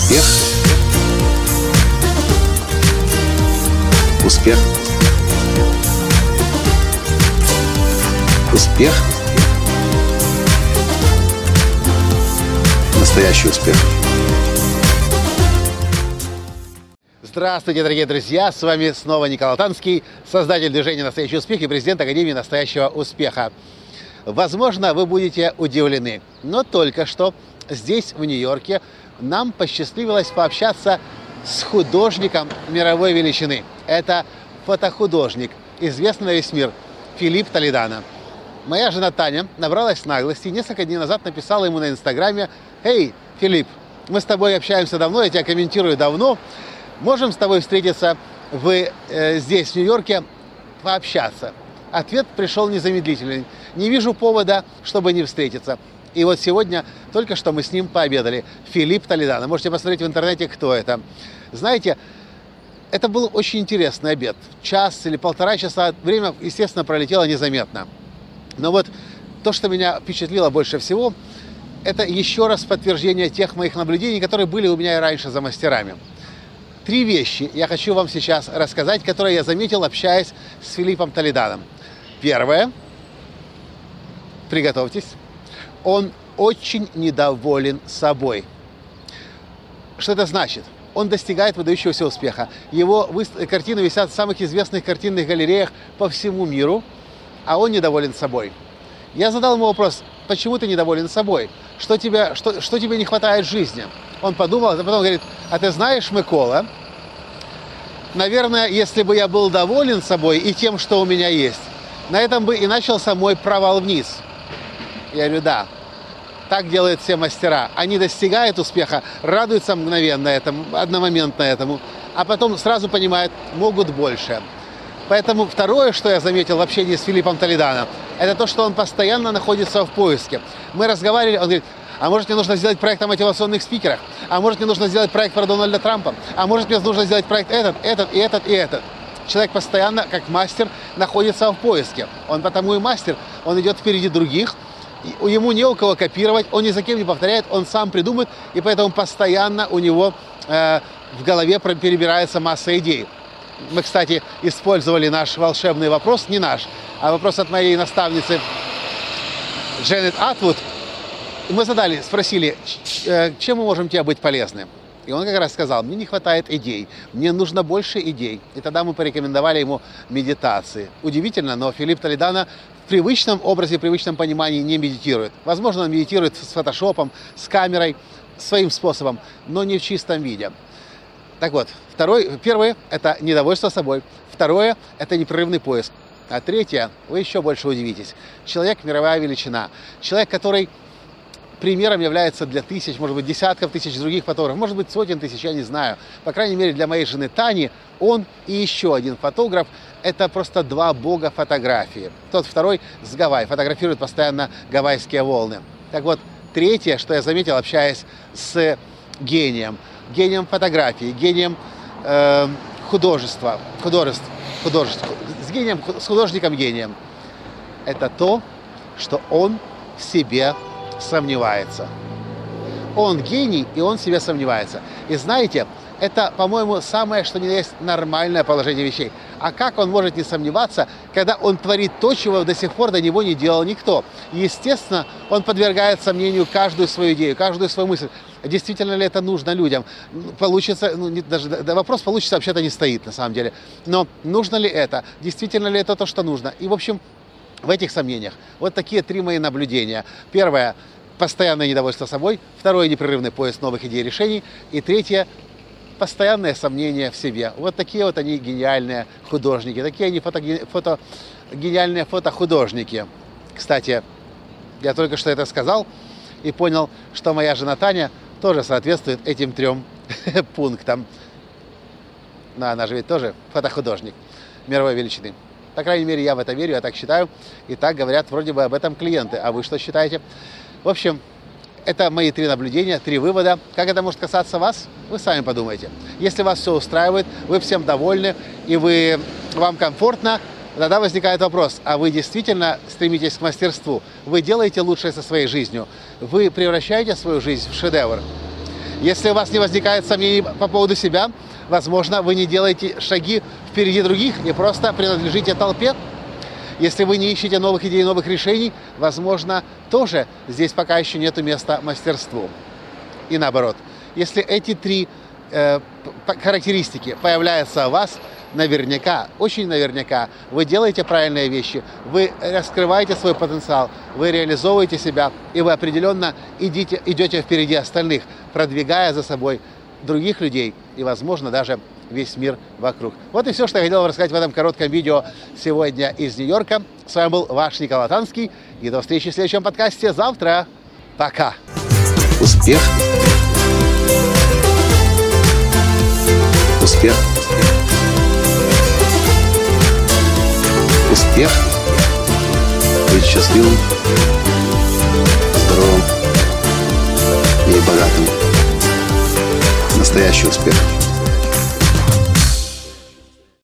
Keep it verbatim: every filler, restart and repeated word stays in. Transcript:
Успех. Успех. Успех. Настоящий успех. Здравствуйте, дорогие друзья! С вами снова Николай Танский, создатель движения «Настоящий успех» и президент Академии настоящего успеха. Возможно, вы будете удивлены, но только что здесь, в Нью-Йорке, нам посчастливилось пообщаться с художником мировой величины. Это фотохудожник, известный на весь мир, Филипп Толедано. Моя жена Таня набралась наглости и несколько дней назад написала ему на Инстаграме: «Эй, Филипп, мы с тобой общаемся давно, я тебя комментирую давно. Можем с тобой встретиться в, э, здесь, в Нью-Йорке, пообщаться?» Ответ пришел незамедлительный. Не вижу повода, чтобы не встретиться. И вот сегодня только что мы с ним пообедали. Филипп Толедано. Можете посмотреть в интернете, кто это. Знаете, это был очень интересный обед. Час или полтора часа. Время, естественно, пролетело незаметно. Но вот то, что меня впечатлило больше всего, это еще раз подтверждение тех моих наблюдений, которые были у меня и раньше за мастерами. Три вещи я хочу вам сейчас рассказать, которые я заметил, общаясь с Филиппом Толедано. Первое. Приготовьтесь. Он очень недоволен собой. Что это значит? Он достигает выдающегося успеха. Его картины висят в самых известных картинных галереях по всему миру, а он недоволен собой. Я задал ему вопрос: почему ты недоволен собой? Что тебе, что, что тебе не хватает в жизни? Он подумал, а потом говорит: а ты знаешь, Микола, наверное, если бы я был доволен собой и тем, что у меня есть, на этом бы и начался мой провал вниз. Я говорю: да, так делают все мастера. Они достигают успеха, радуются мгновенно этому, одномоментно этому, а потом сразу понимают, могут больше. Поэтому второе, что я заметил в общении с Филиппом Толедано, это то, что он постоянно находится в поиске. Мы разговаривали, он говорит: а может, мне нужно сделать проект о мотивационных спикерах, а может, мне нужно сделать проект про Дональда Трампа, а может, мне нужно сделать проект этот, этот, и этот, и этот. Человек постоянно, как мастер, находится в поиске. Он потому и мастер, он идет впереди других, ему не у кого копировать, он ни за кем не повторяет, он сам придумает, и поэтому постоянно у него э, в голове перебирается масса идей. Мы, кстати, использовали наш волшебный вопрос, не наш, а вопрос от моей наставницы Дженнет Атвуд. Мы задали, спросили, чем мы можем тебе быть полезны? И он как раз сказал: мне не хватает идей, мне нужно больше идей. И тогда мы порекомендовали ему медитации. Удивительно, но Филипп Толедано в привычном образе, в привычном понимании не медитирует. Возможно, он медитирует с фотошопом, с камерой, своим способом, но не в чистом виде. Так вот, второй, первое – это недовольство собой. Второе – это непрерывный поиск. А третье, вы еще больше удивитесь. Человек – мировая величина. Человек, который примером является для тысяч, может быть, десятков тысяч других фотографов, может быть, сотен тысяч, я не знаю. По крайней мере, для моей жены Тани он и еще один фотограф – это просто два бога фотографии. Тот второй с Гавайи, фотографирует постоянно гавайские волны. Так вот, третье, что я заметил, общаясь с гением, гением фотографии, гением э, художества, художеств, художеств, с гением, с художником-гением, это то, что он в себе сомневается. Он гений, и он в себе сомневается. И знаете, это, по-моему, самое, что ни на есть, нормальное положение вещей. А как он может не сомневаться, когда он творит то, чего до сих пор до него не делал никто? Естественно, он подвергает сомнению каждую свою идею, каждую свою мысль. Действительно ли это нужно людям? Получится, ну, не, даже да, вопрос получится вообще-то не стоит на самом деле. Но нужно ли это? Действительно ли это то, что нужно? И, в общем, в этих сомнениях вот такие три мои наблюдения. Первое – постоянное недовольство собой. Второе – непрерывный поиск новых идей и решений. И третье – постоянное сомнение в себе. Вот такие вот они гениальные художники. Такие они фото, фото, гениальные фотохудожники. Кстати, я только что это сказал и понял, что моя жена Таня тоже соответствует этим трем пунктам. Но она же ведь тоже фотохудожник мировой величины. По крайней мере, я в это верю, я так считаю. И так говорят вроде бы об этом клиенты. А вы что считаете? В общем, это мои три наблюдения, три вывода. Как это может касаться вас? Вы сами подумайте. Если вас все устраивает, вы всем довольны и вы, вам комфортно, тогда возникает вопрос, а вы действительно стремитесь к мастерству? Вы делаете лучшее со своей жизнью? Вы превращаете свою жизнь в шедевр? Если у вас не возникает сомнений по поводу себя, возможно, вы не делаете шаги впереди других и просто принадлежите толпе. Если вы не ищете новых идей, новых решений, возможно, тоже здесь пока еще нет места мастерству. И наоборот, если эти три э, характеристики появляются у вас, наверняка, очень наверняка, вы делаете правильные вещи, вы раскрываете свой потенциал, вы реализовываете себя, и вы определенно идите, идете впереди остальных, продвигая за собой других людей и, возможно, даже весь мир вокруг. Вот и все, что я хотел вам рассказать в этом коротком видео сегодня из Нью-Йорка. С вами был ваш Николай Танский, и до встречи в следующем подкасте завтра. Пока! Успех! Успех! Успех! Быть счастливым, здоровым и богатым. Настоящий успех!